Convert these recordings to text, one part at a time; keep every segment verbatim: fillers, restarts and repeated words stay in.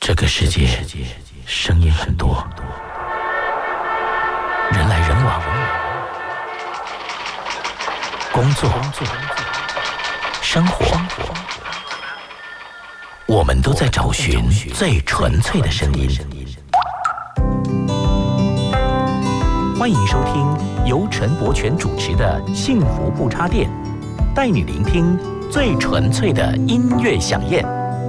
这个世界声音很多，人来人往，工作、生活，我们都在找寻最纯粹的声音。欢迎收听由陈柏权主持的《幸福不插电》，带你聆听最纯粹的音乐响宴。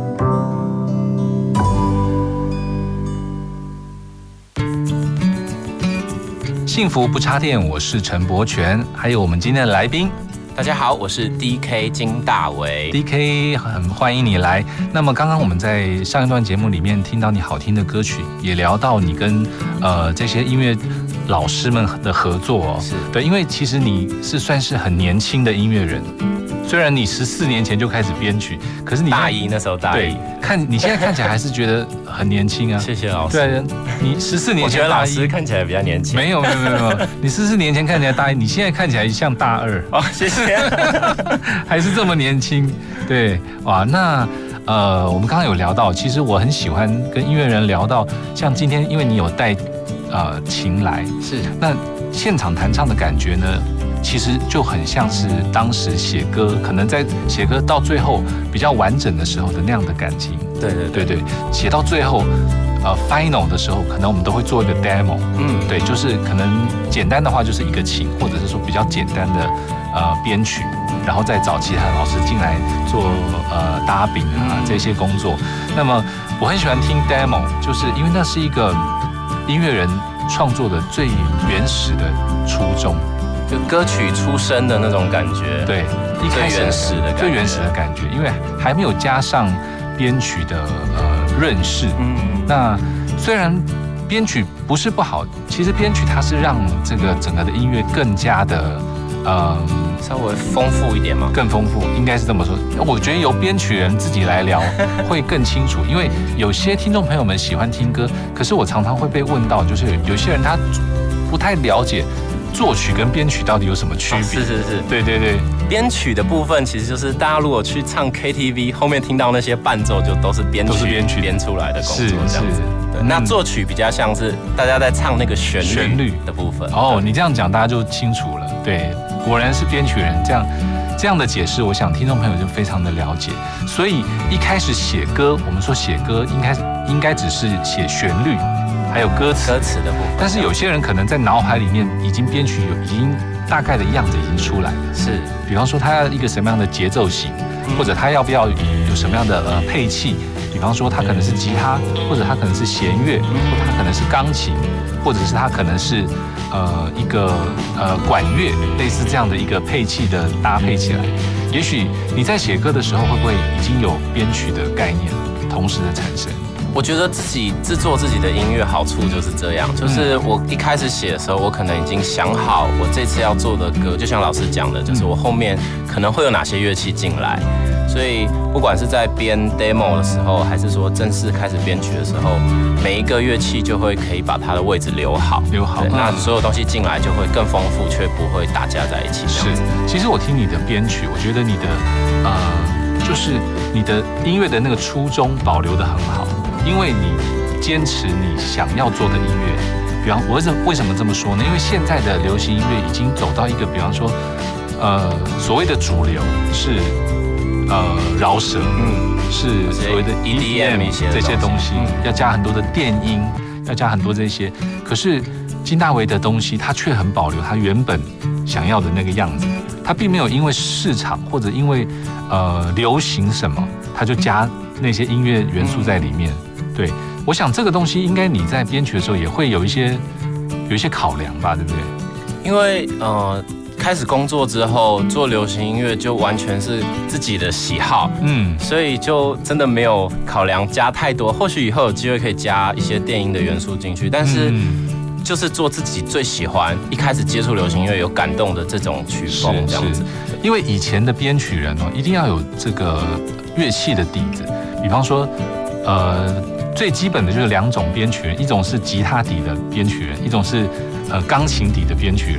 幸福不插电，我是陈柏权，还有我们今天的来宾。 大家好，我是 D K 金大为。 D K 很欢迎你来。那么刚刚我们在上一段节目里面听到你好听的歌曲，也聊到你跟呃这些音乐老师们的合作哦。 是对，因为其实你是算是很年轻的音乐人。虽然你十四年前就开始编曲，可是你大一那时候大一， 看你现在看起来还是觉得很年轻啊。 谢谢老师。 对，你十四年前大一， 我觉得老师看起来比较年轻。 没有没有没有没有，你十四年前看起来大一，你现在看起来像大二。 哦，谢谢。 还是这么年轻，对，哇，那呃，我们刚刚有聊到，其实我很喜欢跟音乐人聊到，像今天因为你有带呃琴来， 是， 那现场弹唱的感觉呢？其实就很像是当时写歌，可能在写歌到最后比较完整的时候的那样的感情。 对对对对对，写到最后，呃 ，final 的时候，可能我们都会做一个 demo。嗯，对，就是可能简单的话就是一个琴，或者是说比较简单的呃编曲，然后再找其他老师进来做呃搭饼啊这些工作。那么我很喜欢听 demo， 就是因为那是一个音乐人创作的最原始的初衷。 就歌曲出身的那种感觉， 对，一开始最原始的感觉， 最原始的感觉，因为还没有加上编曲的呃润饰。嗯，那虽然编曲不是不好，其实编曲它是让这个整个的音乐更加的呃稍微丰富一点嘛， 更丰富，应该是这么说。我觉得由编曲人自己来聊会更清楚，因为有些听众朋友们喜欢听歌，可是我常常会被问到，就是有些人他不太了解作曲跟编曲到底有什么区别？ 哦、是是是， 对对对。 编曲的部分其实就是大家如果去唱 K T V， 后面听到那些伴奏就都是编曲都是编曲编出来的工作这样子。对，那作曲比较像是大家在唱那个旋律旋律的部分。 哦，你这样讲大家就清楚了。对，果然是编曲人，这样这样的解释，我想听众朋友就非常的了解。所以一开始写歌，我们说写歌应该应该只是写旋律。还有歌词， 歌词的部分， 但是有些人可能在脑海里面已经编曲有已经大概的样子已经出来了。 是， 比方说他要一个什么样的节奏型，或者他要不要有什么样的呃配器，比方说他可能是吉他，或者他可能是弦乐，或者他可能是钢琴，或者是他可能是呃一个呃管乐，类似这样的一个配器的搭配起来。也许你在写歌的时候，会不会已经有编曲的概念同时的产生？ 我觉得自己制作自己的音乐好处就是这样，就是我一开始写的时候，我可能已经想好我这次要做的歌，就像老师讲的，就是我后面可能会有哪些乐器进来，所以不管是在编 demo 的时候，还是说正式开始编曲的时候，每一个乐器就会可以把它的位置留好， 留好， 那所有东西进来就会更丰富，却不会打架在一起。 是，其实我听你的编曲，我觉得你的呃，就是你的音乐的那个初衷保留得很好。因为你坚持你想要做的音乐，比方我为什么这么说呢？因为现在的流行音乐已经走到一个，比方说，呃，所谓的主流是呃饶舌，嗯，是所谓的 E D M 这些东西，要加很多的电音，要加很多这些。可是金大为的东西，他却很保留他原本想要的那个样子，他并没有因为市场或者因为呃流行什么，他就加那些音乐元素在里面。对，我想这个东西应该你在编曲的时候也会有一些有一些考量吧，对不对？ 因为呃，开始工作之后做流行音乐就完全是自己的喜好，嗯，所以就真的没有考量加太多。或许以后有机会可以加一些电音的元素进去，但是就是做自己最喜欢，一开始接触流行音乐有感动的这种曲风这样子。 因为以前的编曲人哦，一定要有这个乐器的底子，比方说，呃。最基本的就是两种编曲人，一种是吉他底的编曲人，一种是呃钢琴底的编曲人。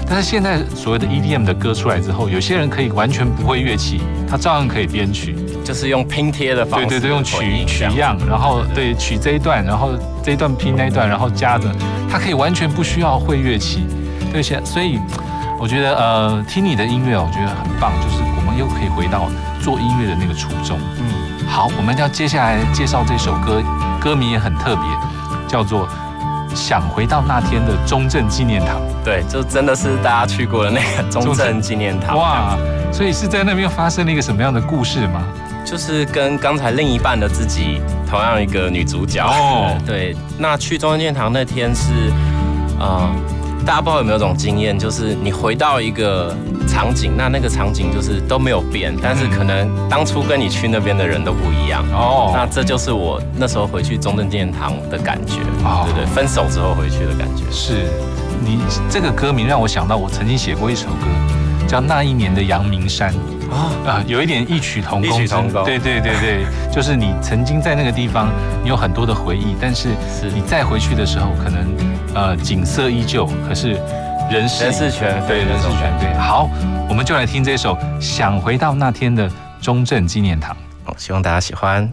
但是现在所谓的 E D M 的歌出来之后，有些人可以完全不会乐器，他照样可以编曲， 就是用拼贴的方式， 对对对，用取取样，然后对取这一段，然后这一段拼那一段，然后加着，他可以完全不需要会乐器。对，所以我觉得呃，听你的音乐，我觉得很棒，就是我们又可以回到做音乐的那个初衷。嗯，好，我们要接下来介绍这首歌，歌名也很特别，叫做《想回到那天的中正纪念堂》。 对，就真的是大家去过的那个中正纪念堂。 哇，所以是在那边发生了一个什么样的故事吗？ 就是跟刚才另一半的自己同样一个女主角。哦，对，那去中正纪念堂那天是，呃。大家不知道有没有种经验，就是你回到一个场景，那那个场景就是都没有变，但是可能当初跟你去那边的人都不一样哦。那这就是我那时候回去中正纪念堂的感觉，哦、对对，分手之后回去的感觉。 是你这个歌名让我想到，我曾经写过一首歌，叫《那一年的阳明山》啊、呃，有一点异曲同工。异曲同工。对对对对，就是你曾经在那个地方，你有很多的回忆，但是你再回去的时候，可能。呃，景色依旧，可是人事人事全非， 对人事全非。好，我们就来听这首《想回到那天的中正纪念堂》。 哦，希望大家喜欢。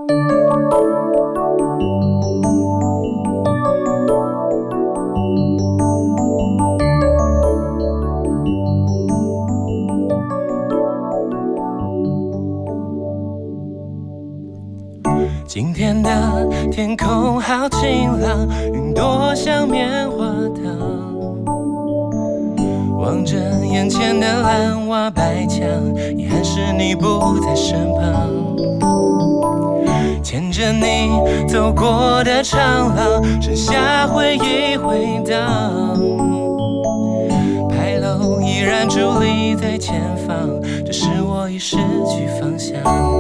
今天的天空好晴朗，云朵像棉花糖，望着眼前的蓝瓦白墙，遗憾是你不在身旁，牵着你走过的长廊，剩下回忆回荡，牌楼依然伫立在前方，只是我已失去方向，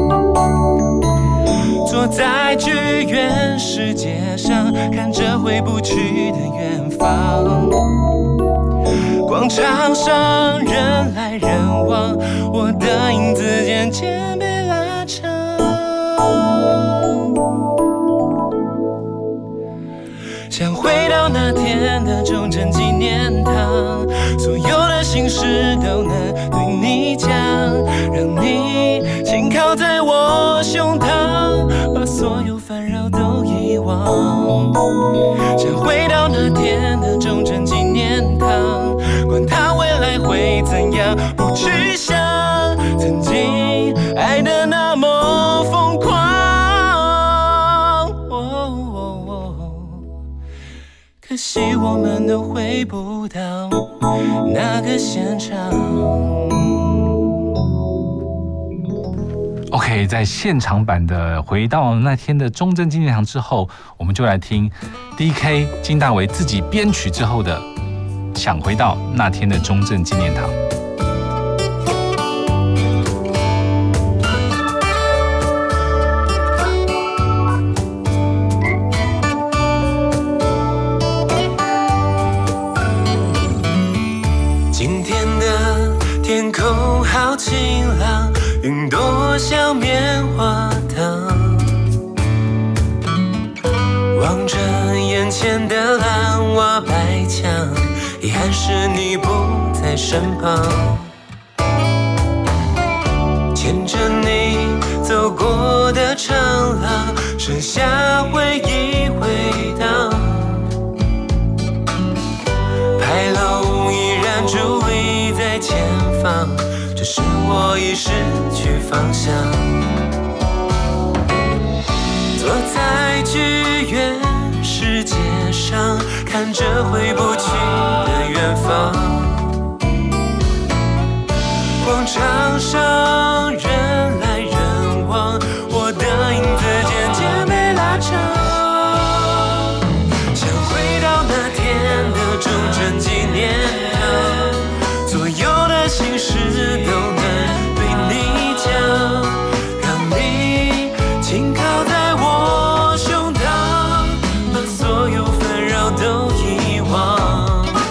坐在剧院世界上，看着回不去的远方，广场上人来人往，我的影子渐渐被拉长，想回到那天的中正纪念堂，所有的心事都能对你讲，让你轻靠在我胸膛，把所有烦扰都遗忘，想回到那天的中正纪念堂，管他未来会怎样，不去想曾经爱的那么疯狂，哦哦哦，可惜我们都回不到那个现场。 OK， 在现场版的回到那天的中正纪念堂之后，我们就来听 D K 金大为自己编曲之后的《想回到那天的中正纪念堂》。 今天的天空好晴朗，云朵像棉花糖，望着眼前的蓝瓦白墙，遗憾是你不在身旁，牵着你走过的长廊，剩下回忆回荡，牌楼依然伫立在前方，只是我已失去方向，坐在剧院世界上，看着回不去的远方，广场上人来人往，我的影子渐渐被拉长，想回到那天的中正纪念堂，所有的心事都能对你讲，让你轻靠在我胸膛，把所有纷扰都遗忘，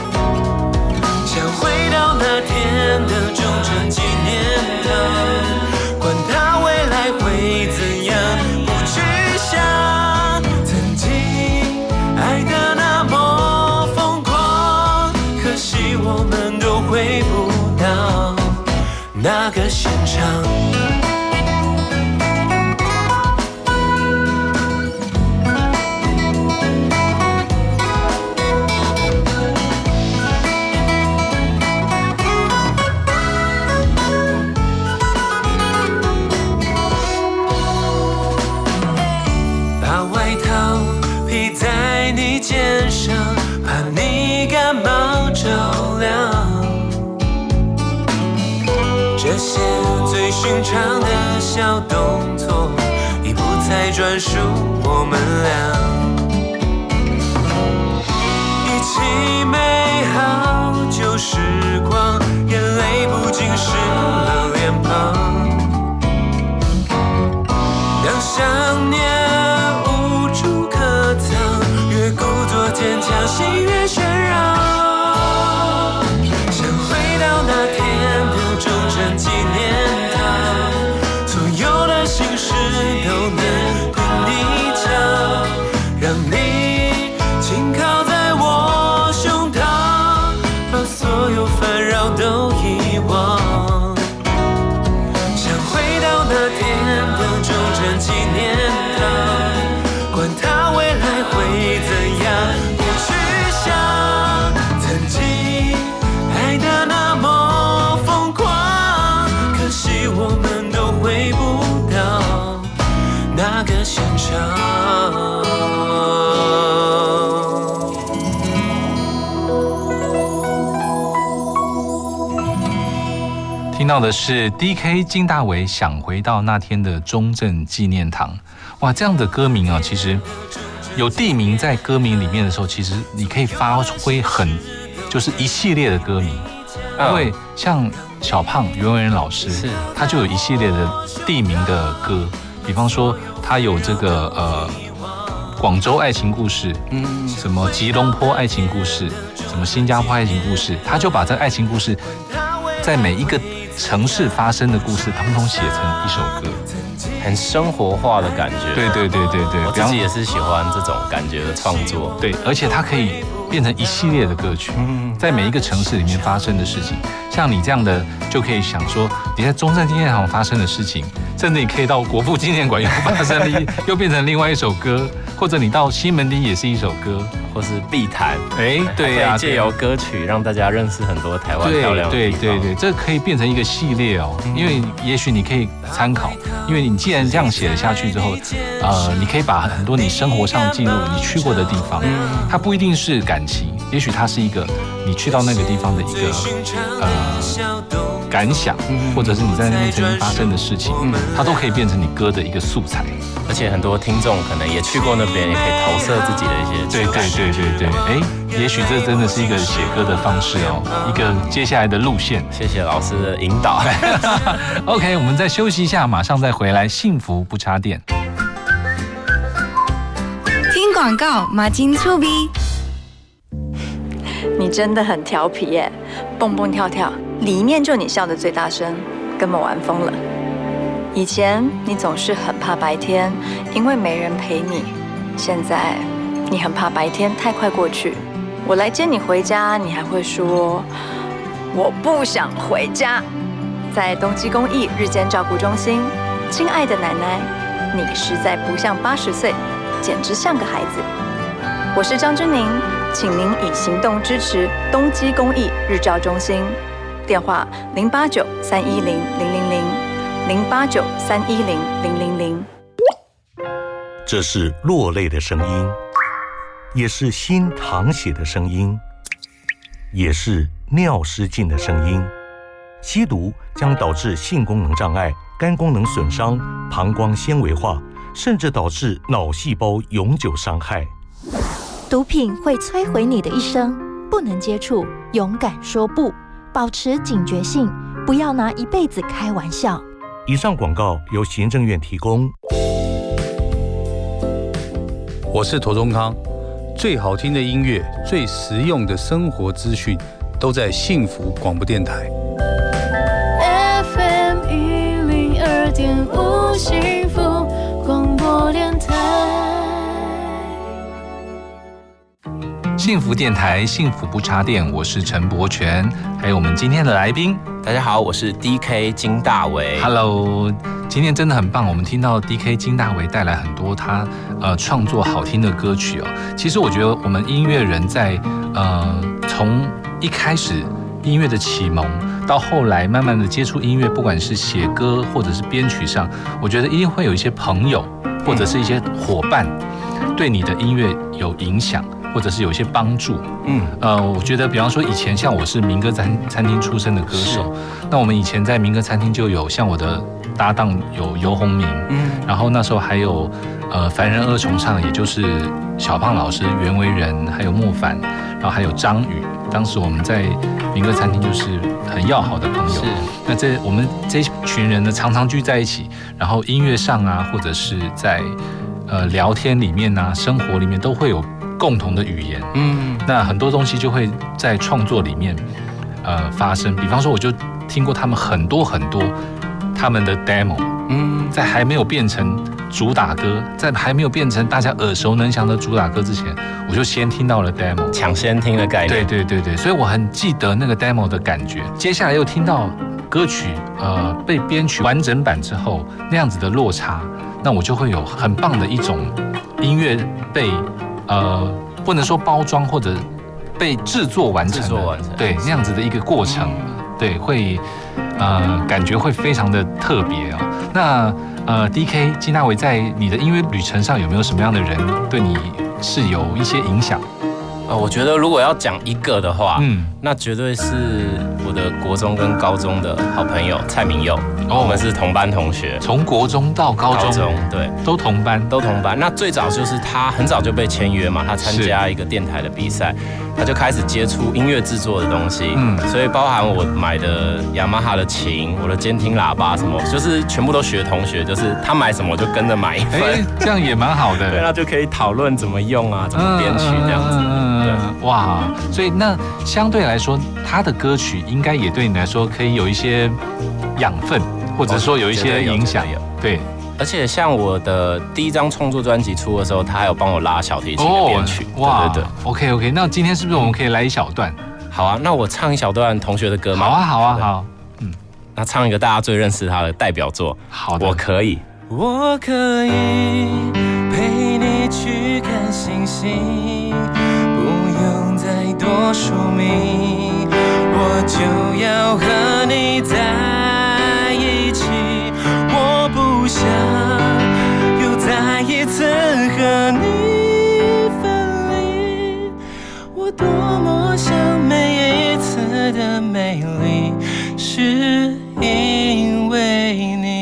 把外套披在你肩上，怕你感冒着凉。这些最寻常的小动作，已不再专属我们俩。一起美好旧时光，眼泪不禁湿了脸庞。当想念无处可藏，越故作坚强，心越喧嚷。想回到那天的中正纪念堂，所有的心事都能对你讲，让你紧靠在我胸膛，把所有烦扰都遗忘。想回到那天的中正纪念堂，管它未来会怎样，过去想曾经爱得那么疯狂，可惜我们都回不到那个现场。 听到的是 D K 金大为想回到那天的中正纪念堂。哇，这样的歌名啊，其实有地名在歌名里面的时候，其实你可以发挥很就是一系列的歌名，嗯、因为像小胖袁惟仁老师，他就有一系列的地名的歌，比方说他有这个呃广州爱情故事，嗯，什么吉隆坡爱情故事，什么新加坡爱情故事，他就把这个爱情故事在每一个城市发生的故事，统统写成一首歌， 很生活化的感觉。 对对对对对， 我自己也是喜欢这种感觉的创作。 对，而且它可以变成一系列的歌曲，在每一个城市里面发生的事情，像你这样的就可以想说，你在中正纪念堂发生的事情，甚至你可以到国父纪念馆又发生了，又变成另外一首歌，或者你到西门町也是一首歌， 或是碧潭， 哎，对呀、啊， 借由歌曲让大家认识很多台湾漂亮的地方。 对对对对，这可以变成一个系列哦，因为也许你可以参考，因为你既然这样写了下去之后，呃，你可以把很多你生活上记录你去过的地方，它不一定是感情，也许它是一个你去到那个地方的一个呃感想，或者是你在那边曾经发生的事情，它都可以变成你歌的一个素材。 而且很多听众可能也去过那边，也可以投射自己的一些对对对对对，哎，也许这真的是一个写歌的方式哦，一个接下来的路线。 谢谢老师的引导。 OK， 我们再休息一下，马上再回来。幸福不插电。 听广告，马金醋逼。 你真的很调皮耶，蹦蹦跳跳，里面就你笑得最大声，根本玩疯了。以前你总是很怕白天，因为没人陪你。现在你很怕白天太快过去，我来接你回家，你还会说我不想回家。在东基公益日间照顾中心，亲爱的奶奶，你实在不像八十岁，简直像个孩子。我是张君宁，请您以行动支持东基公益日照中心，电话零八九三一零零零零。零八九三一零零零零。 这是落泪的声音，也是心淌血的声音，也是尿失禁的声音。吸毒将导致性功能障碍、肝功能损伤、膀胱纤维化，甚至导致脑细胞永久伤害。 毒品会摧毁你的一生，不能接触，勇敢说不，保持警觉性，不要拿一辈子开玩笑。 以上广告由行政院提供。 我是陀中康，最好听的音乐、最实用的生活资讯，都在幸福广播电台。 F M 一零二点五幸福广播电台。 幸幸福电台，幸福不插电，我是陈柏权，还有我们今天的来宾。 大家好，我是 D K 金大为。 Hello， 今天真的很棒，我们听到 D K 金大为带来很多他呃创作好听的歌曲哦。其实我觉得我们音乐人在呃从一开始音乐的启蒙，到后来慢慢的接触音乐，不管是写歌或者是编曲上，我觉得一定会有一些朋友或者是一些伙伴对你的音乐有影响，或者是有一些帮助。嗯，呃，我觉得比方说以前像我是民歌餐餐厅出身的歌手，那我们以前在民歌餐厅就有像我的搭档有游鸿明，嗯，然后那时候还有呃凡人二重唱，也就是小胖老师、袁惟仁，还有莫凡，然后还有张宇。当时我们在民歌餐厅就是很要好的朋友。是，那这我们这群人呢，常常聚在一起，然后音乐上啊，或者是在呃聊天里面啊，生活里面都会有共同的语言。嗯，那很多东西就会在创作里面呃发生。比方说，我就听过他们很多很多他们的 demo。嗯，在还没有变成主打歌，在还没有变成大家耳熟能详的主打歌之前，我就先听到了 demo， 抢先听的概念。 对对对对，所以我很记得那个 demo 的感觉。接下来又听到歌曲呃被编曲完整版之后那样子的落差，那我就会有很棒的一种音乐被呃不能说包装或者被制作完成，制作完成，对那样子的一个过程，对会呃感觉会非常的特别哦。那呃 D K 金大为在你的音乐旅程上有没有什么样的人对你是有一些影响？ 呃，我觉得如果要讲一个的话，嗯，那绝对是我的国中跟高中的好朋友蔡明佑，哦，我们是同班同学， 从国中到高中，高中对， 都同班， 都同班。那最早就是他很早就被签约嘛，他参加一个电台的比赛，他就开始接触音乐制作的东西，嗯，所以包含我买的雅马哈的琴，我的监听喇叭什么，就是全部都学同学，就是他买什么我就跟着买一份，欸， 这样也蛮好的， 对，那就可以讨论怎么用啊，怎么编曲这样子。嗯嗯嗯嗯，哇，所以那相对来说，他的歌曲应该也对你来说可以有一些养分，或者说有一些影响。 有对， 而且像我的第一张创作专辑出的时候，他还有帮我拉小提琴的编曲。哦，哇，对对对 ，OK OK， 那今天是不是我们可以来一小段？ 好啊，那我唱一小段同学的歌吗？ 好啊，好啊，好。 嗯，那唱一个大家最认识他的代表作。 好的， 我可以， 我可以陪你去看星星。多署名，我就要和你在一起。我不想又再一次和你分离，我多么想每一次的美丽是因为你。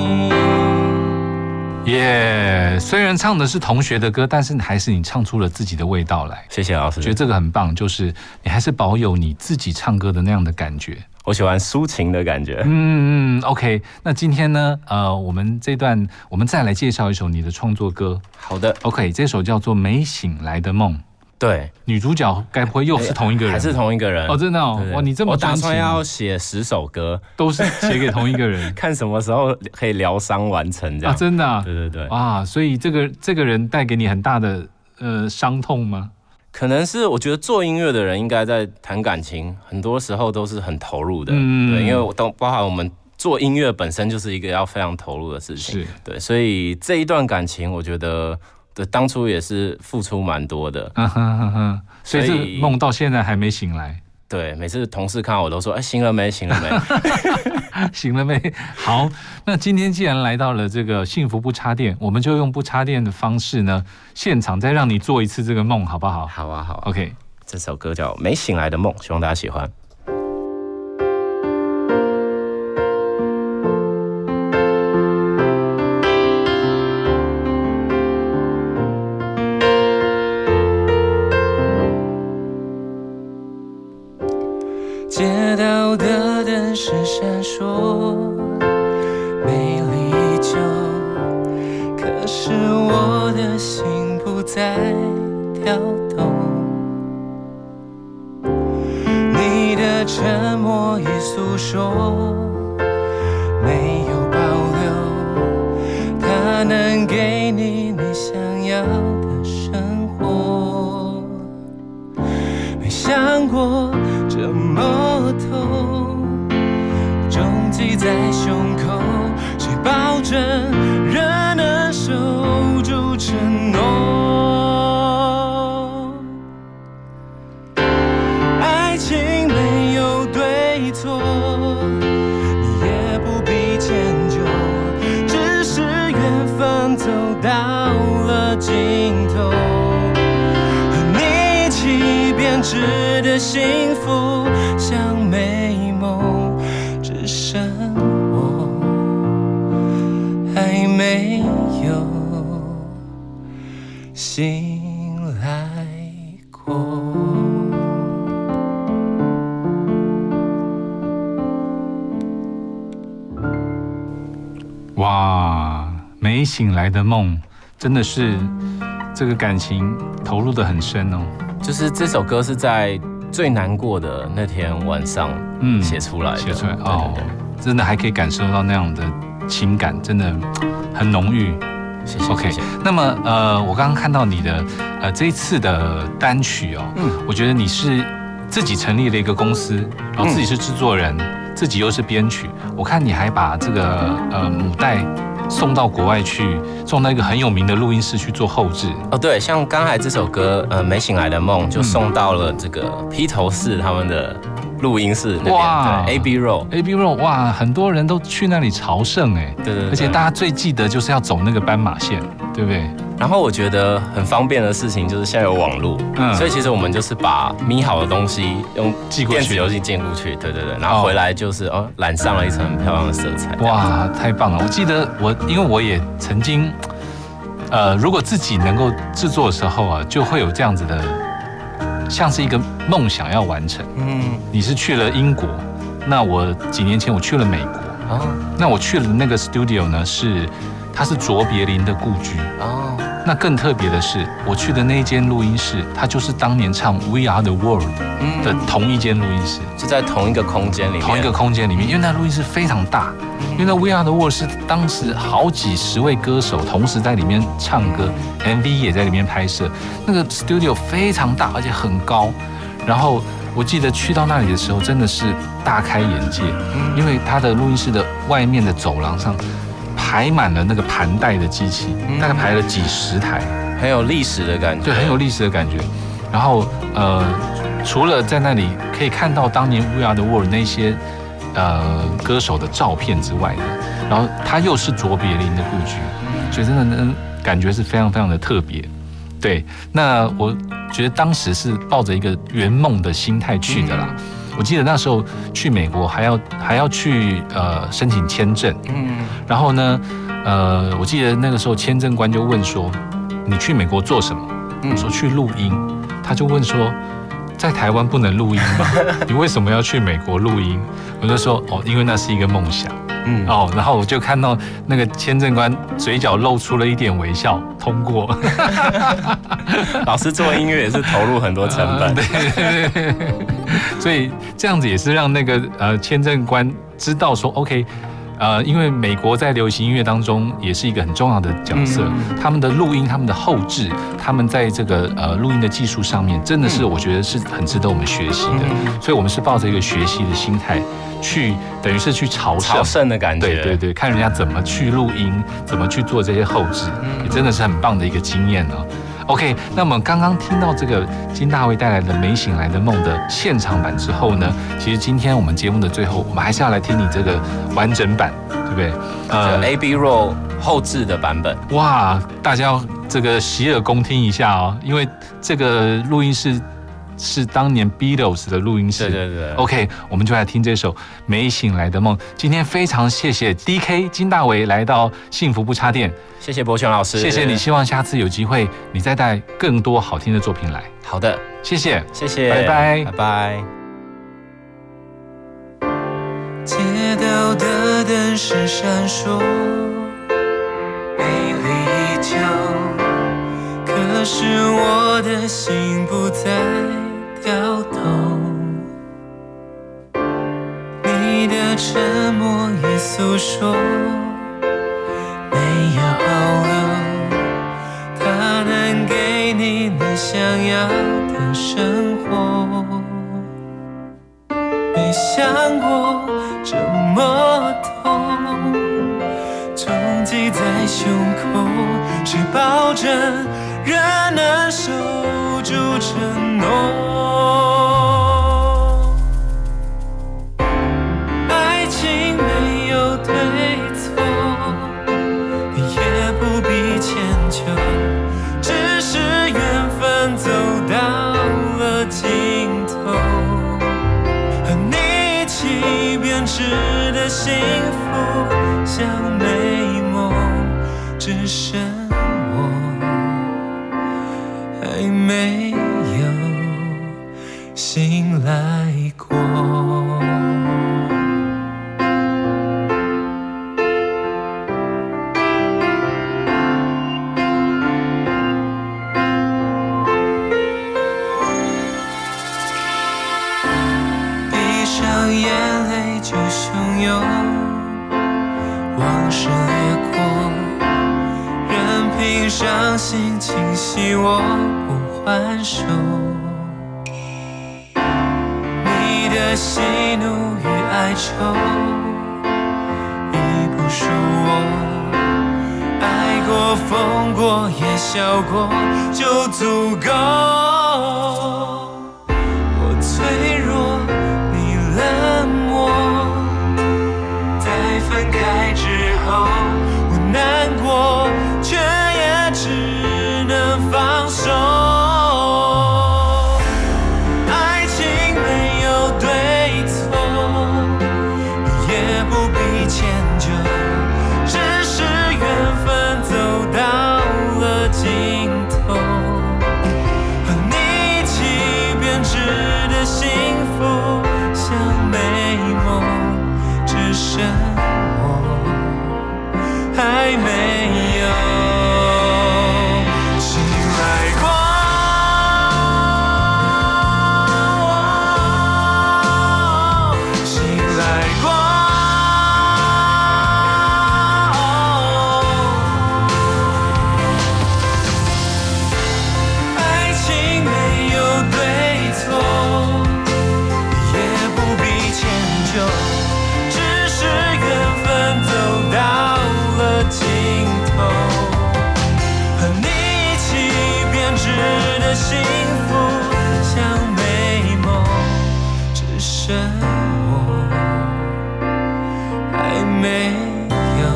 耶、yeah, 虽然唱的是同学的歌，但是还是你唱出了自己的味道来。 谢谢老师， 觉得这个很棒，就是你还是保有你自己唱歌的那样的感觉。 我喜欢抒情的感觉。 嗯嗯 ，OK。那今天呢，呃，我们这段我们再来介绍一首你的创作歌。 好的 ，OK， 这首叫做《没醒来的梦》。 对， 女主角该不会又是同一个人？ 还是同一个人？ 哦，真的哦，哇，你这么专情， 我打算要写十首歌， 都是写给同一个人， 看什么时候可以疗伤完成这样。 啊，真的、啊？ 对对对。 啊，所以这个这个人带给你很大的呃伤痛吗？ 可能是我觉得做音乐的人应该在谈感情，很多时候都是很投入的。嗯，对，因为我都包含我们做音乐本身就是一个要非常投入的事情。是，对，所以这一段感情，我觉得。对，当初也是付出蛮多的，嗯哼哼哼， 所以这梦到现在还没醒来。 对，每次同事看到我都说：“哎，醒了没？醒了没？ 醒了没？”好，那今天既然来到了这个幸福不插电，我们就用不插电的方式呢，现场再让你做一次这个梦，好不好？ 好啊，好啊。 OK， 这首歌叫《没醒来的梦》，希望大家喜欢。 街道的灯是闪烁，美丽依旧，可是我的心不再跳动。你的沉默已诉说，没有保留，它能给你你想要的生活。 想过这么透，终记在胸口，谁保证人能守住承诺？爱情没有对错，你也不必迁就，只是缘分走到了尽头，和你一起编织的幸福像美梦，只剩我还没有醒来过。 哇，没醒来的梦，真的是这个感情投入的很深哦。 就是这首歌是在最难过的那天晚上写出来的， 写出来哦，对对对，真的还可以感受到那样的情感，真的很浓郁。 谢谢。 OK， 那么呃，我刚刚看到你的呃这一次的单曲哦，嗯，我觉得你是自己成立了一个公司，然后自己是制作人，嗯、自己又是编曲。我看你还把这个呃母带送到国外去，送到一个很有名的录音室去做后制。 哦，对，像刚才这首歌呃没醒来的梦就送到了这个披头士他们的录音室那边，对 ，A B Roll，A B Roll， 哇，很多人都去那里朝圣哎， 对对对， 而且大家最记得就是要走那个斑马线，对不对？ 然后我觉得很方便的事情就是现在有网络，嗯，所以其实我们就是把咪好的东西用电子邮寄寄过去，对对对，然后回来就是哦染上了一层很漂亮的色彩。 哇，太棒了！我记得我因为我也曾经，呃，如果自己能够制作的时候啊，就会有这样子的。像是一个梦想要完成。嗯，你是去了英国，那我几年前我去了美国。哦，那我去了那个 studio 呢，是它是卓别林的故居。哦，那更特别的是，我去的那一间录音室，它就是当年唱《We Are the World》的同一间录音室， 就在同一个空间里面。 同一个空间里面，因为那录音室非常大。因为那 We Are the World 是当时好几十位歌手同时在里面唱歌 ，M V 也在里面拍摄。那个 studio 非常大，而且很高。然后我记得去到那里的时候，真的是大开眼界，因为它的录音室的外面的走廊上排满了那个盘带的机器，大概排了几十台， 很有历史的感觉。 对，很有历史的感觉。然后呃，除了在那里可以看到当年 We Are the World 那些。呃，歌手的照片之外的，然后它又是卓别林的故居，所以真的呢，感觉是非常非常的特别。对，那我觉得当时是抱着一个圆梦的心态去的啦。我记得那时候去美国还要还要去呃申请签证，嗯，然后呢，呃，我记得那个时候签证官就问说，你去美国做什么？我说去录音，他就问说。在台湾不能录音吗？你为什么要去美国录音？我就说哦，因为那是一个梦想。嗯，哦，然后我就看到那个签证官嘴角露出了一点微笑，通过。 老师做音乐也是投入很多成本， 对对对对，所以这样子也是让那个呃签证官知道说 ，OK。呃，因为美国在流行音乐当中也是一个很重要的角色，嗯、他们的录音、他们的后制，他们在这个呃录音的技术上面，真的是我觉得是很值得我们学习的。嗯、所以我们是抱着一个学习的心态去，等于是去朝圣， 朝圣的感觉。 对对对，看人家怎么去录音，怎么去做这些后制，嗯、也真的是很棒的一个经验哦。OK， 那么刚刚听到这个金大卫带来的《没醒来的梦》的现场版之后呢，其实今天我们节目的最后，我们还是要来听你这个完整版，对不对？ 呃 ，A B Roll 后制的版本。 哇，大家要这个洗耳恭听一下哦，因为这个录音室是当年 Beatles 的录音室。 对对对。 OK， 我们就来听这首《没醒来的梦》。今天非常谢谢 D K 金大为来到幸福不插电。 谢谢博全老师， 谢谢你。希望下次有机会，你再带更多好听的作品来。 好的， 谢谢， 谢谢， 拜拜， 拜拜。 街道的灯是闪烁，美丽依旧，可是我的心不再跳动。你的沉默也诉说。没有保留，它能给你你想要的生活。没想过这么痛，冲击在胸口，谁保证人能守住承诺？爱情没有对错，也不必迁就，只是缘分走到了尽头，和你一起编织的幸福像美梦，只剩我还没有醒来过。眼泪就汹涌，往事掠过，任凭伤心侵袭我不还手。你的喜怒与哀愁已不属我，爱过疯过也笑过就足够。我脆弱冷漠，在分开之后，我难过，却也只能放手。爱情没有对错，也不必迁就，只是缘分走到了尽头，和你一起编织的幸福像美梦，只剩我还没有醒来过。醒来过。爱情没有对错，只是缘分走到了尽头，和你一起编织的幸福像美梦，只剩我还没有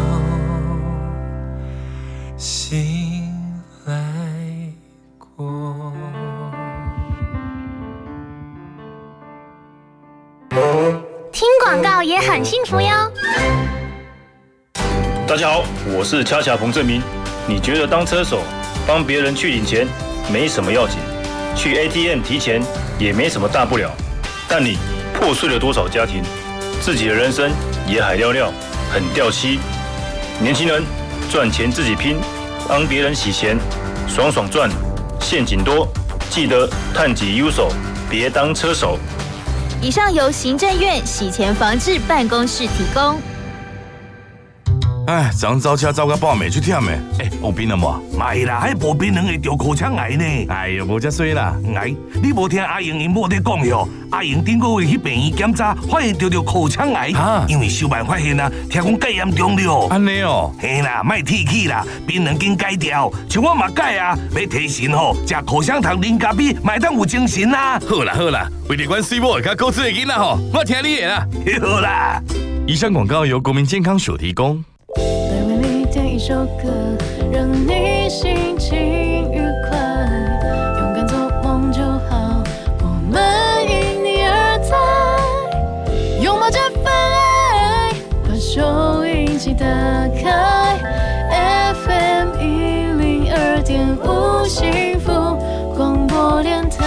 醒来过。 听广告也很幸福哟。 大家好，我是恰恰彭正明。你觉得当车手帮别人去领钱没什么要紧，去 A T M 提钱也没什么大不了，但你破碎了多少家庭，自己的人生也海尿尿，很掉漆。年轻人赚钱自己拼，帮别人洗钱，爽爽赚，陷阱多，记得探己优手，别当车手。 以上由行政院洗钱防治办公室提供。 哎，昨早车走到半暝去忝的，哎，有病了无？ 袂啦，迄无病人会得口腔癌呢。 哎呦，无遮衰啦！ 哎，你无听阿英因某在讲哟？阿英顶个月去病院检查，发现得着口腔癌，因为小办发现啊，听讲介严重了。 安尼哦， 嘿啦，莫提起啦，病人紧改掉，像我嘛改啊，要提神吼，食口香糖、零咖啡，买当有精神啦。 好啦好啦，为了阮水某会较高智的囡仔吼，我听你的啦。 好啦， 以上广告由国民健康署提供。 为你点一首歌，让你心情愉快，勇敢做梦就好，我们因你而在，拥抱这份爱，把收音机打开 ，F M 一零二点五幸福广播电台。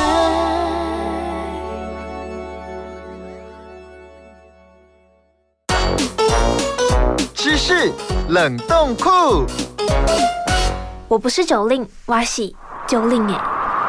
知识冷冻库。 我不是九令，我是九令耶。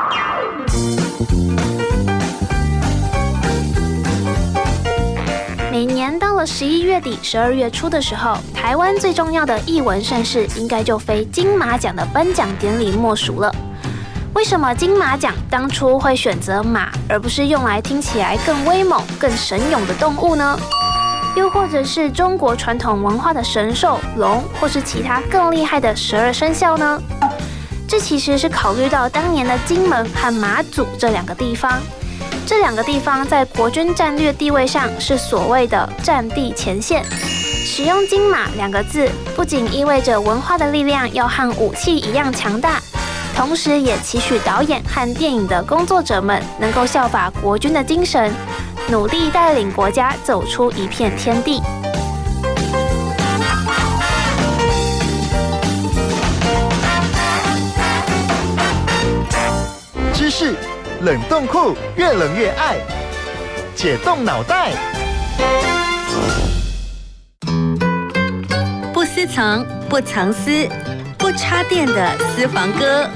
每年到了十一月底、十二月初的时候，台湾最重要的艺文盛事，应该就非金马奖的颁奖典礼莫属了。 为什么金马奖当初会选择马，而不是用来听起来更威猛、更神勇的动物呢？又或者是中国传统文化的神兽龙，或是其他更厉害的十二生肖呢？这其实是考虑到当年的金门和马祖这两个地方，这两个地方在国军战略地位上是所谓的战地前线。使用金马两个字，不仅意味着文化的力量要和武器一样强大，同时也期许导演和电影的工作者们能够效法国军的精神，努力带领国家走出一片天地。 知识冷冻库，越冷越爱，解冻脑袋。 不私藏，不藏私，不插电的私房歌。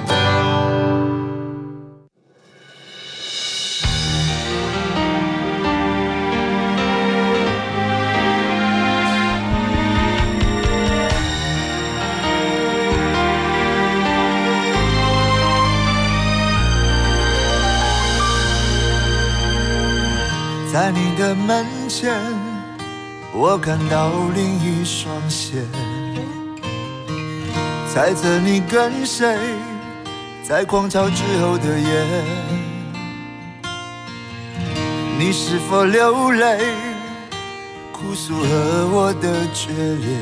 在你的门前，我看到另一双鞋，猜测你跟谁在狂潮之后的夜，你是否流泪哭诉和我的决裂，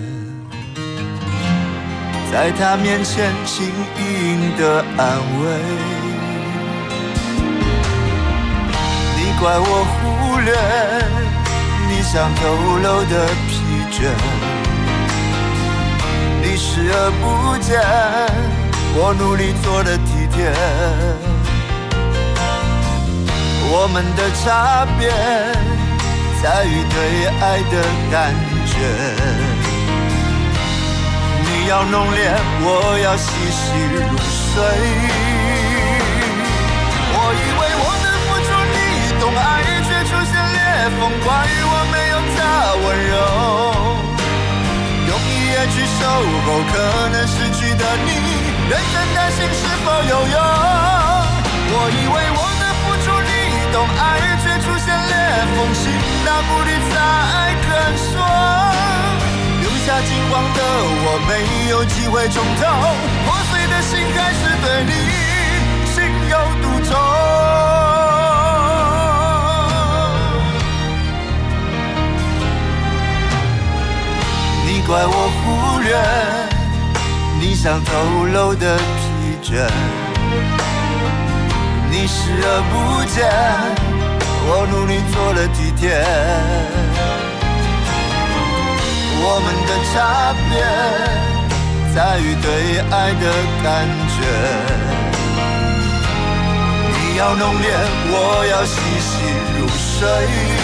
在他面前轻盈的安慰，你怪我忽略你想透露的疲倦，你视而不见我努力做的体贴，我们的差别在于对爱的感觉，你要浓烈，我要细细入睡，我以为我的付出你懂爱，却出现裂缝，怪我没有他温柔，用一夜去守候可能失去的你，认真担心是否有用，我以为我的付出你懂爱，却出现裂缝，心大不离才肯说，留下金黄的我没有机会重头，破碎的心开始对你心有独钟，你怪我忽略你想透露的疲倦，你视而不见我努力做了体贴，我们的差别在于对爱的感觉，你要浓烈，我要细细入睡，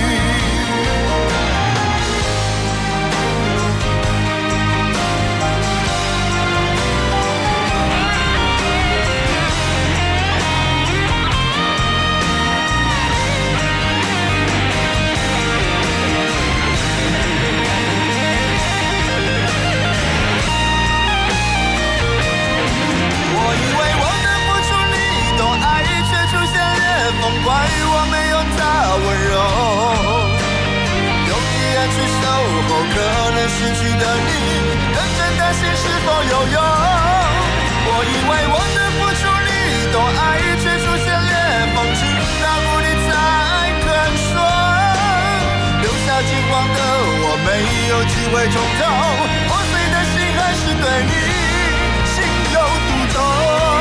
怪我没有他温柔，用一夜去守候可能失去的你，认真担心是否有用，我以为我的付出你懂爱，却出现裂缝，情到不理才肯说，留下金黄的我没有机会重头，破碎的心还是对你心有独钟，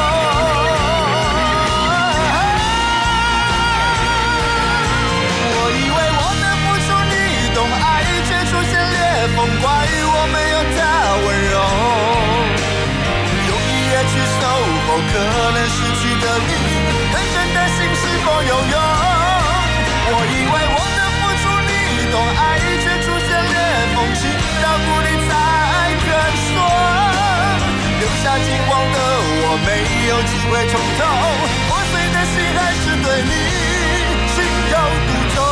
怪我没有他温柔，用一夜去守候可能失去的你，认真担心是否有用，我以为我的付出你懂爱，却出现裂缝，情到不理才肯说，留下金黄的我没有机会重头，破碎的心还是对你心有独钟，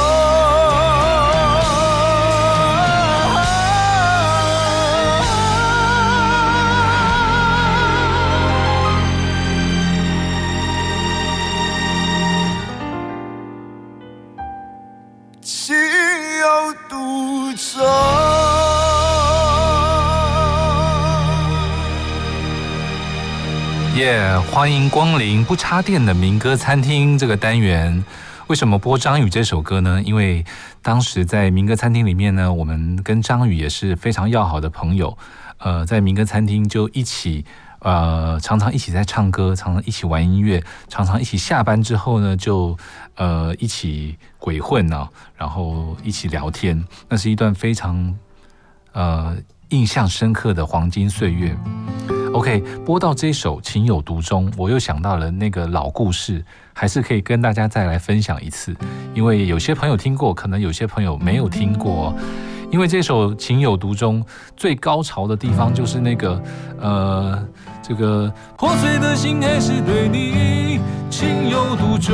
耶！欢迎光临不插电的民歌餐厅这个单元。为什么播张宇这首歌呢？因为当时在民歌餐厅里面呢，我们跟张宇也是非常要好的朋友。呃，在民歌餐厅就一起，呃，常常一起在唱歌，常常一起玩音乐，常常一起下班之后呢，就呃一起鬼混啊，然后一起聊天。那是一段非常呃印象深刻的黄金岁月。OK， 播到这首《情有独钟》，我又想到了那个老故事，还是可以跟大家再来分享一次，因为有些朋友听过，可能有些朋友没有听过。因为这首《情有独钟》最高潮的地方就是那个呃，这个破碎的心还是对你情有独钟。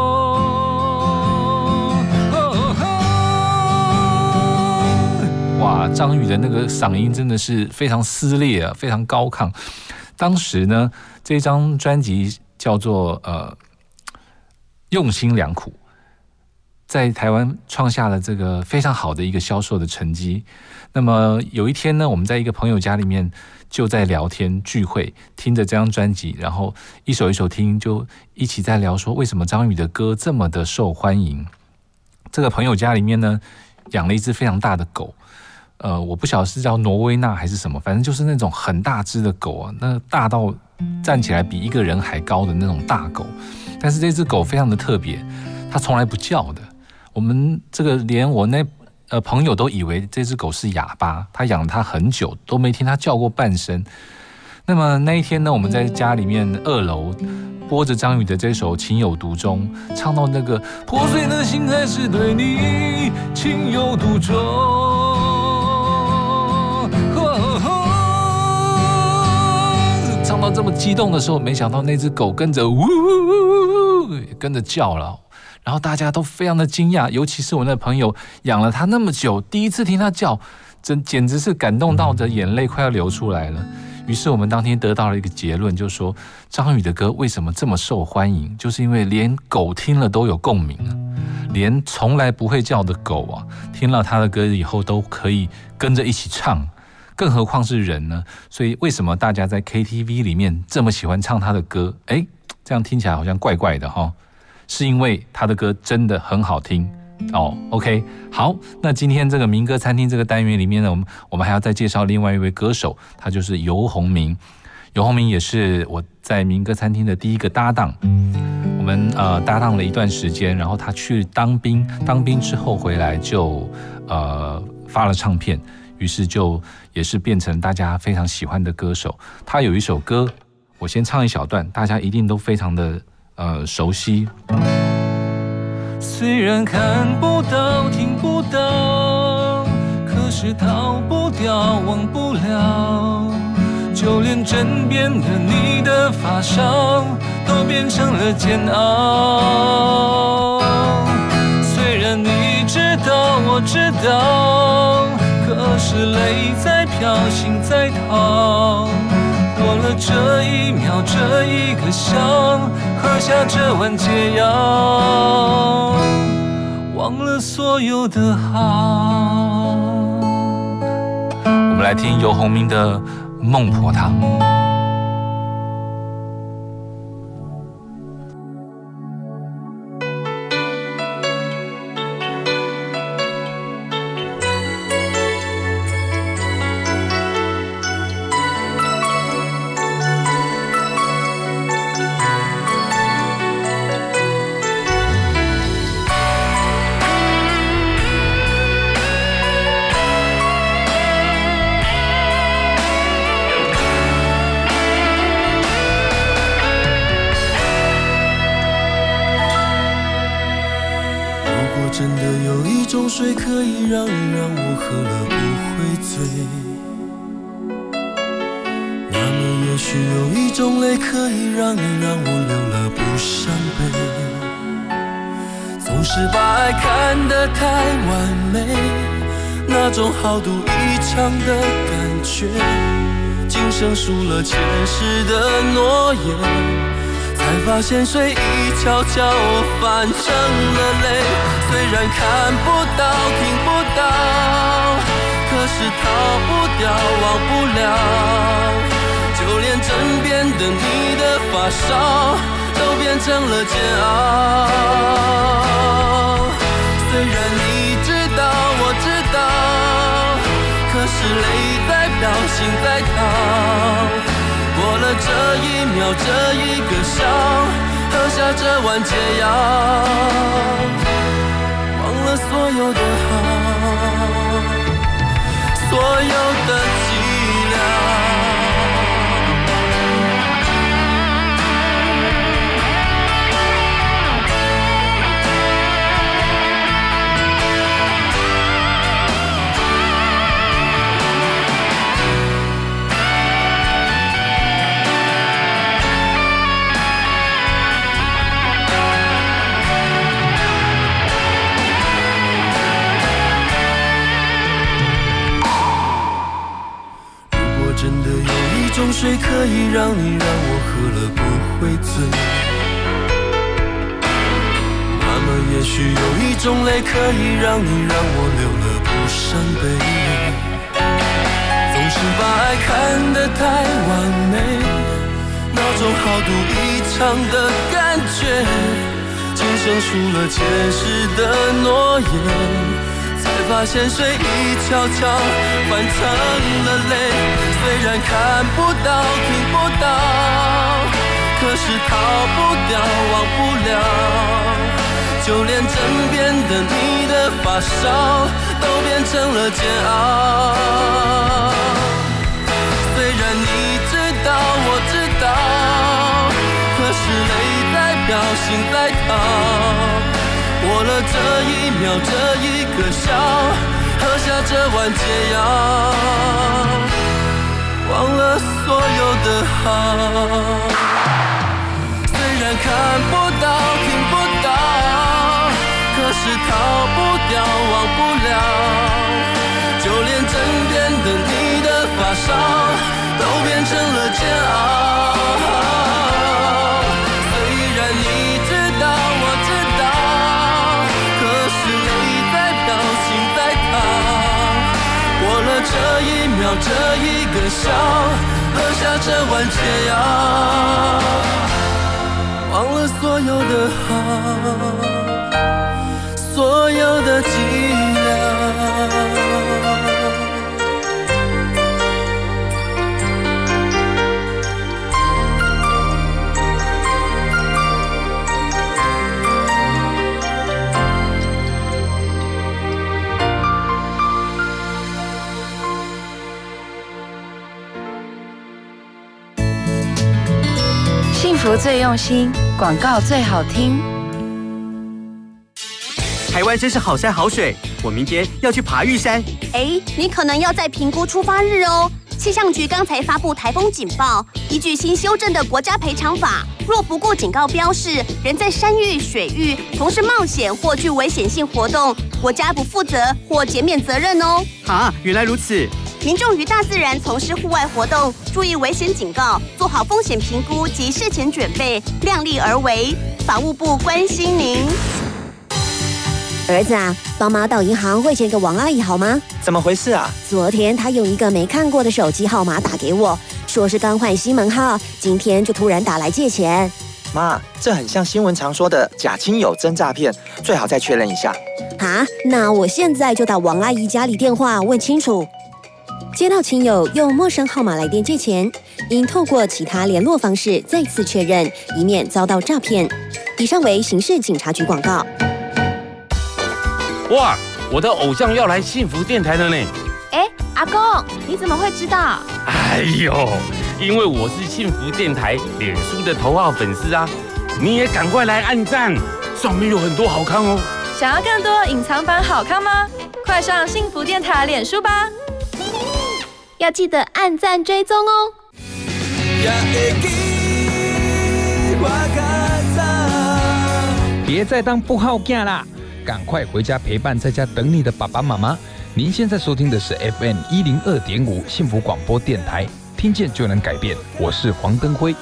哇，张宇的那个嗓音真的是非常撕裂啊，非常高亢。当时呢，这张专辑叫做呃用心良苦，在台湾创下了这个非常好的一个销售的成绩。那么有一天呢，我们在一个朋友家里面就在聊天聚会，听着这张专辑，然后一首一首听，就一起在聊说为什么张宇的歌这么的受欢迎。这个朋友家里面呢，养了一只非常大的狗。呃，我不晓得是叫挪威纳还是什么，反正就是那种很大只的狗啊，那大到站起来比一个人还高的那种大狗。但是这只狗非常的特别，它从来不叫的。我们这个连我那呃朋友都以为这只狗是哑巴，他养了它很久都没听它叫过半声。那么那一天呢，我们在家里面二楼播着张宇的这首《情有独钟》，唱到那个破碎的心还是对你情有独钟。唱到这么激动的时候，没想到那只狗跟着呜呜呜跟着叫了，然后大家都非常的惊讶，尤其是我那朋友养了它那么久，第一次听它叫，真简直是感动到的眼泪快要流出来了。于是我们当天得到了一个结论，就是说张宇的歌为什么这么受欢迎，就是因为连狗听了都有共鸣啊，连从来不会叫的狗啊，听了他的歌以后都可以跟着一起唱。更何况是人呢？所以为什么大家在 K T V 里面这么喜欢唱他的歌？哎，这样听起来好像怪怪的哈，是因为他的歌真的很好听哦。OK， 好，那今天这个民歌餐厅这个单元里面呢，我们我们还要再介绍另外一位歌手，他就是游鸿明。游鸿明也是我在民歌餐厅的第一个搭档，我们呃搭档了一段时间，然后他去当兵，当兵之后回来就呃发了唱片。于是就也是变成大家非常喜欢的歌手。他有一首歌，我先唱一小段，大家一定都非常的呃熟悉。虽然看不到听不到，可是逃不掉忘不了，就连枕边的你的发梢都变成了煎熬。虽然你知道我知道，可是泪在飘，心在逃。过了这一秒，这一个笑，喝下这碗解药，忘了所有的好。我们来听游鸿明的《孟婆汤》。 水可以让让我喝了不会醉，那么也许有一种泪可以让让我流了不伤悲。总是把爱看得太完美，那种豪赌一场的感觉，今生输了前世的诺言，才发现水一悄悄泛成了泪。虽然看不到听不到，可是逃不掉忘不了，就就连枕边的你的发梢都变成了煎熬。虽然你知道我知道，可是泪在飘心在逃。过了这一秒这一个笑，喝下这碗解药，忘了所有的好，所有的寂寥。种水可以让你让我喝了不会醉，那么也许有一种泪可以让你让我流了不伤悲。总是把爱看得太完美，那种豪赌一场的感觉，今生输了前世的诺言，才发现水已悄悄换成了泪。虽然看不到听不到，可是逃不掉忘不了，就连枕边的你的发梢都变成了煎熬。虽然你知道我知道，可是泪在飘心在逃。过了这一秒这一个笑，喝下这碗解药，忘了所有的好。虽然看不到听不到，可是逃不掉忘不了，就连枕边的你的发梢都变成了煎熬。虽然你知道我知道，可是泪在飘心在逃。过了这一秒这一个笑，喝下这碗解药，忘了所有的好，所有的寂寥。 幸福最用心，广告最好听。 台湾真是好山好水，我明天要去爬玉山。 哎，你可能要再评估出发日哦。气象局刚才发布台风警报，依据新修正的国家赔偿法，若不顾警告标示，人在山域、水域从事冒险或具危险性活动，国家不负责或减免责任哦。 啊，原来如此。 民众于大自然从事户外活动，注意危险警告，做好风险评估及事前准备，量力而为。法务部关心您。 儿子啊，帮妈到银行汇钱给王阿姨好吗？ 怎么回事啊？ 昨天她用一个没看过的手机号码打给我，说是刚换新门号，今天就突然打来借钱。 妈，这很像新闻常说的假亲友真诈骗，最好再确认一下。 啊，那我现在就打王阿姨家里电话问清楚。接到亲友用陌生号码来电借钱，应透过其他联络方式再次确认，以免遭到诈骗。以上为刑事警察局广告。 哇，我的偶像要来幸福电台了呢！ 哎，阿公，你怎么会知道？ 哎呦，因为我是幸福电台脸书的头号粉丝啊！你也赶快来按赞，上面有很多好看哦。 想要更多隐藏版好看吗？快上幸福电台脸书吧！ 要记得按赞追踪哦。 别再当不好囝啦，赶快回家陪伴在家等你的爸爸妈妈。您现在收听的是 F M 一零二点五幸福广播电台，听见就能改变。我是黄登辉。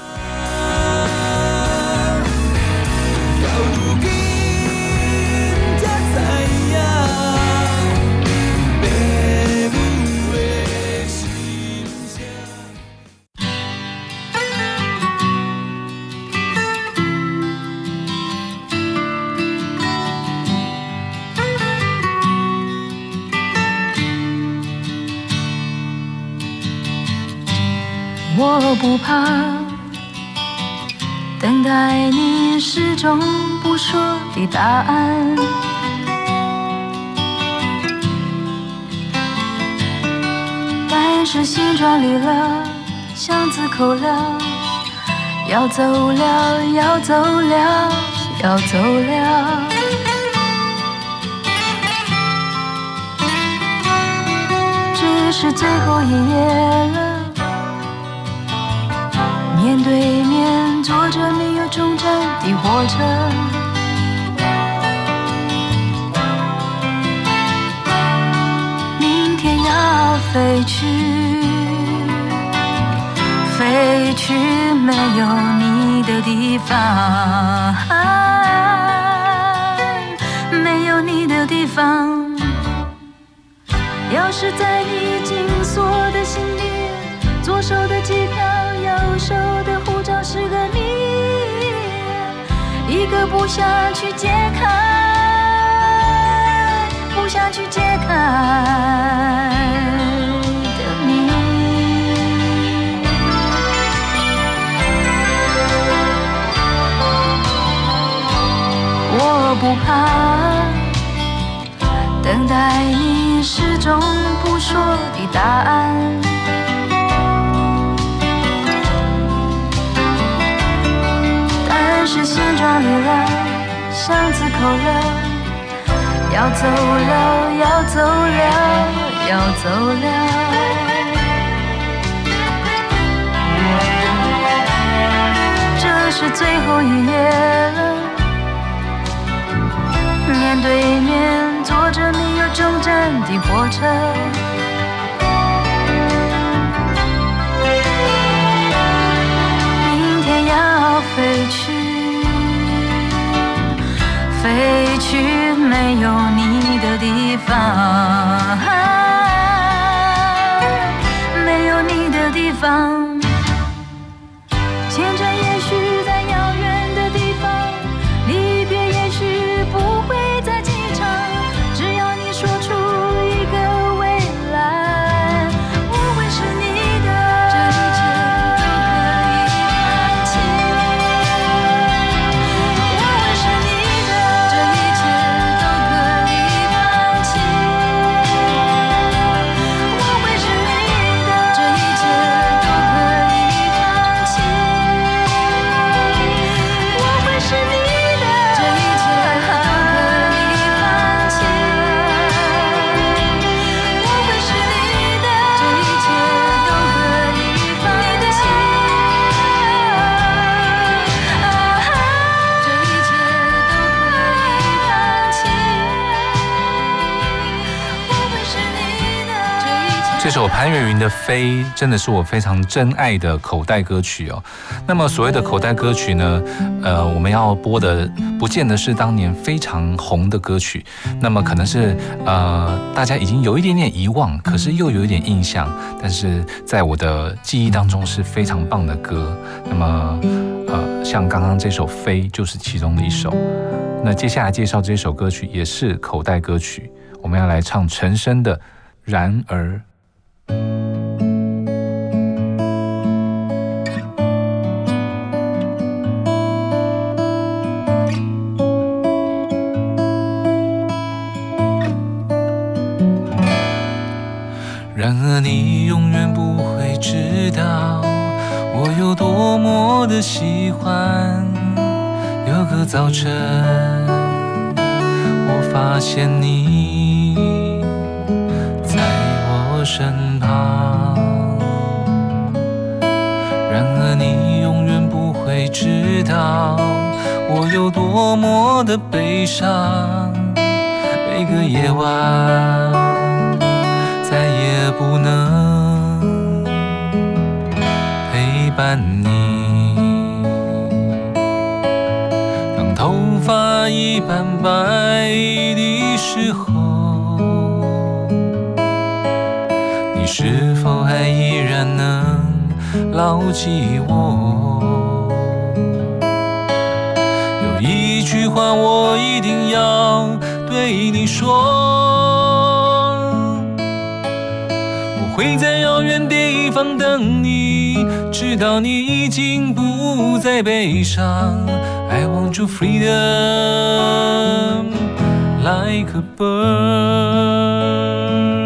不怕等待你始终不说的答案，但是心转离了，巷子口了，要走了，要走了，要走了。这是最后一夜了，面对面坐着没有终站的火车，明天要飞去，飞去没有你的地方，没有你的地方。钥匙在你紧锁的心里，左手的机票，右手的护照是个谜，一个不想去解开，不想去解开的谜。我不怕等待你始终不说的答案，但是心转离了，巷子口了，要走了，要走了，要走了。这是最后一夜了，面对面坐着没有终站的火车，明天要飞去，飞去没有你的地方，没有你的地方。前程也许在遥远的地方，离别也许不会在机场，只要你说出一个未来，我会是你的，这一切都可以放弃。我会是你的，这一切都可以放弃。我会是你的，这一切都可以放弃。我会是你的，这一切都可以放弃。我会是你的，这一切都可以放弃。这一切都可以放弃。我会是你的，这一切。 这首潘越云的《飞》真的是我非常珍爱的口袋歌曲哦。那么所谓的口袋歌曲呢，呃，我们要播的不见得是当年非常红的歌曲，那么可能是呃大家已经有一点点遗忘，可是又有一点印象，但是在我的记忆当中是非常棒的歌。那么呃，像刚刚这首《飞》就是其中的一首。那接下来介绍这首歌曲也是口袋歌曲，我们要来唱陈升的《然而》。 然而你永远不会知道我有多么的喜欢。有个早晨我发现你在我身旁，然而你永远不会知道我有多么的悲伤。每个夜晚再也不能陪伴你，当头发一般白的时候，你是否还依然能牢记我？有一句话我一定要对你说，会在遥远地方等你，直直到你已经不再悲伤。I want you freedom like a bird。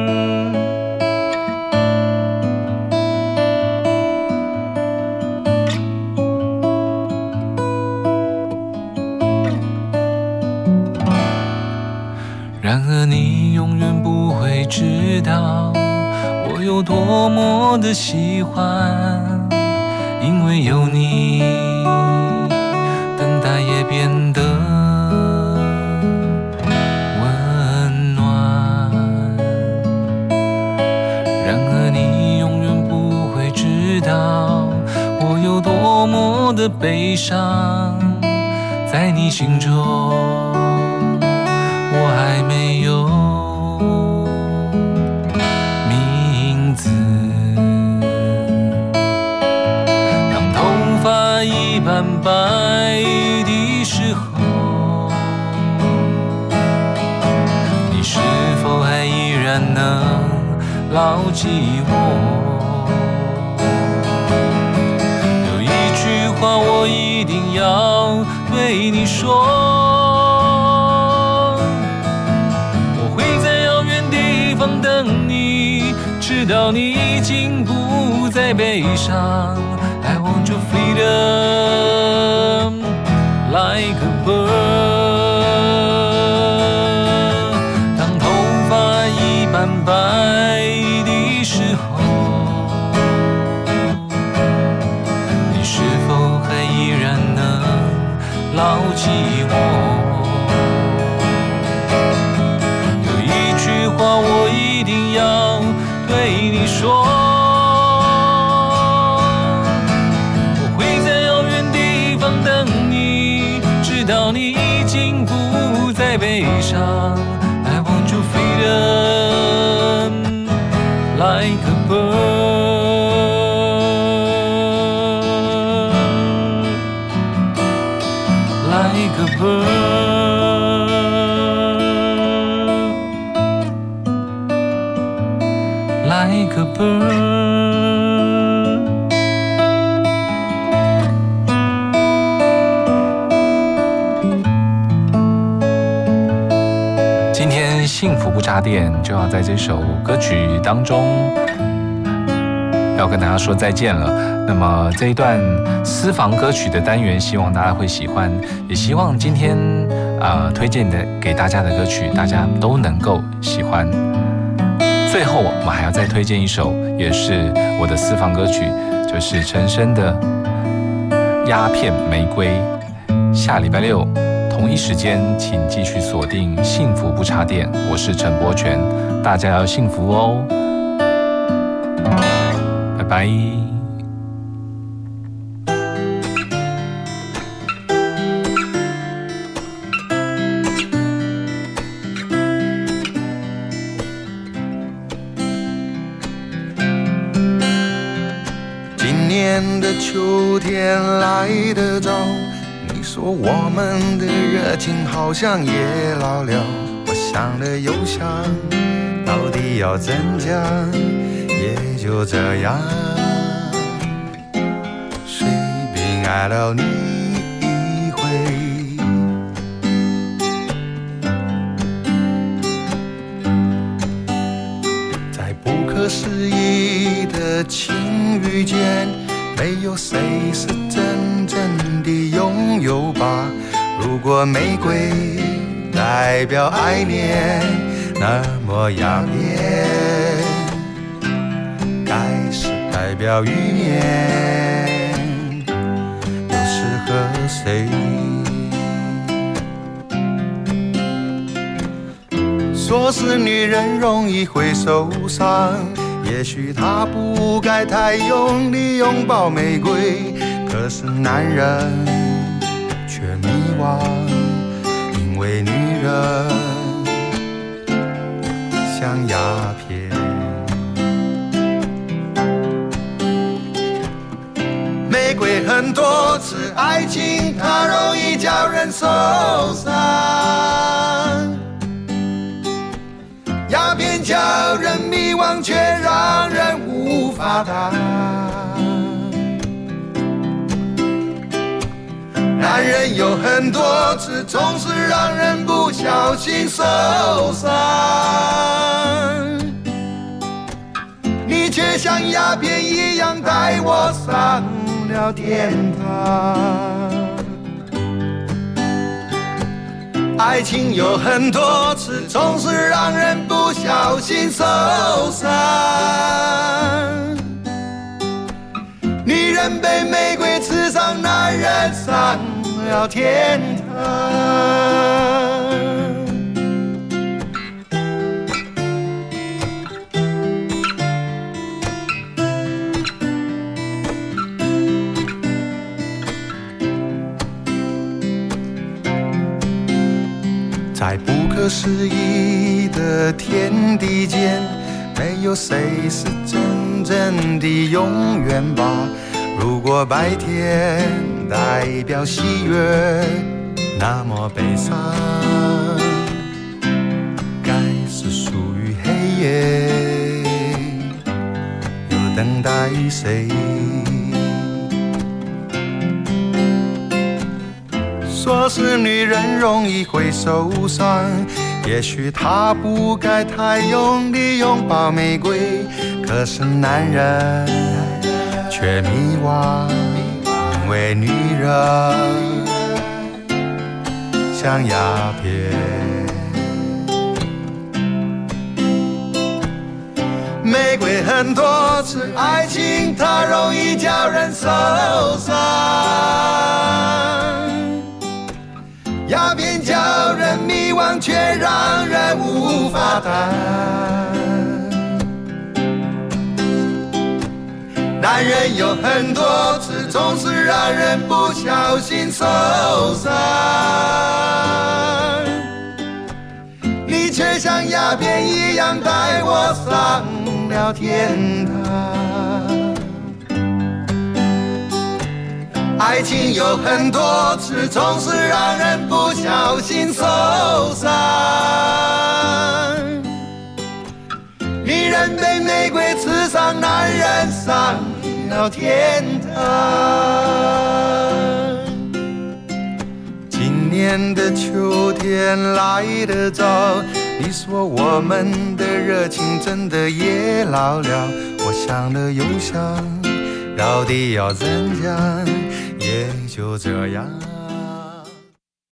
然而你永远不会知道我有多么的喜欢，因为有你，等待也变得温暖。然而你永远不会知道我有多么的悲伤，在你心中我还没有名字。当头发一般白的时候，你是否还依然能牢记我？有一句话我一定要对你说，等你，直到你已经不再悲伤。I want you freedom like a bird。当头发一般白的时候，你是否还依然能牢记我？我一定要对你说，我会在遥远地方等你，直到你已经不再悲伤。I want you freedom like a bird, like a bird。Like a bird。 今天幸福不插电就要在这首歌曲当中要跟大家说再见了。那么这一段私房歌曲的单元，希望大家会喜欢，也希望今天啊、呃、推荐的给大家的歌曲，大家都能够喜欢。最后，我们还要再推荐一首，也是我的私房歌曲，就是陈升的《鸦片玫瑰》。下礼拜六同一时间，请继续锁定《幸福不插电》，我是陈柏权，大家要幸福哦，拜拜。 秋天来得早，你说我们的热情好像也老了。我想了又想，到底要怎讲？也就这样，随便爱了你一回。在不可思议的情遇间，没有谁是真正的拥有吧。如果玫瑰代表爱恋那么耀眼，该是代表欲念，又适合谁？说是女人容易会受伤，也许他不该太用力拥抱玫瑰，可是男人却迷惘，因为女人像鸦片。玫瑰很多次，爱情它容易叫人受伤，鸦片叫人迷惘，却让人无法挡。 男人有很多次，总是让人不小心受伤，你却像鸦片一样带我上了天堂。爱情有很多次，总是让人不小心受伤，女人被玫瑰刺伤，男人上了天堂。在不可思议的天地间，没有谁是真正的永远吧。如果白天代表喜悦，那么悲伤该是属于黑夜，又等待谁？说是女人容易会受伤，也许她不该太用力拥抱玫瑰，可是男人却迷惘，因为女人像鸦片。玫瑰很多次，爱情它容易叫人受伤，鸦片叫人迷惘，却让人无法谈。男人有很多次，总是让人不小心受伤，你却像鸦片一样带我上了天堂。爱情有很多次，总是让人不小心受伤，女人被玫瑰刺伤，男人上了天堂。今年的秋天来得早，你说我们的热情真的也老了，我想了又想，到底要怎样，也就这样。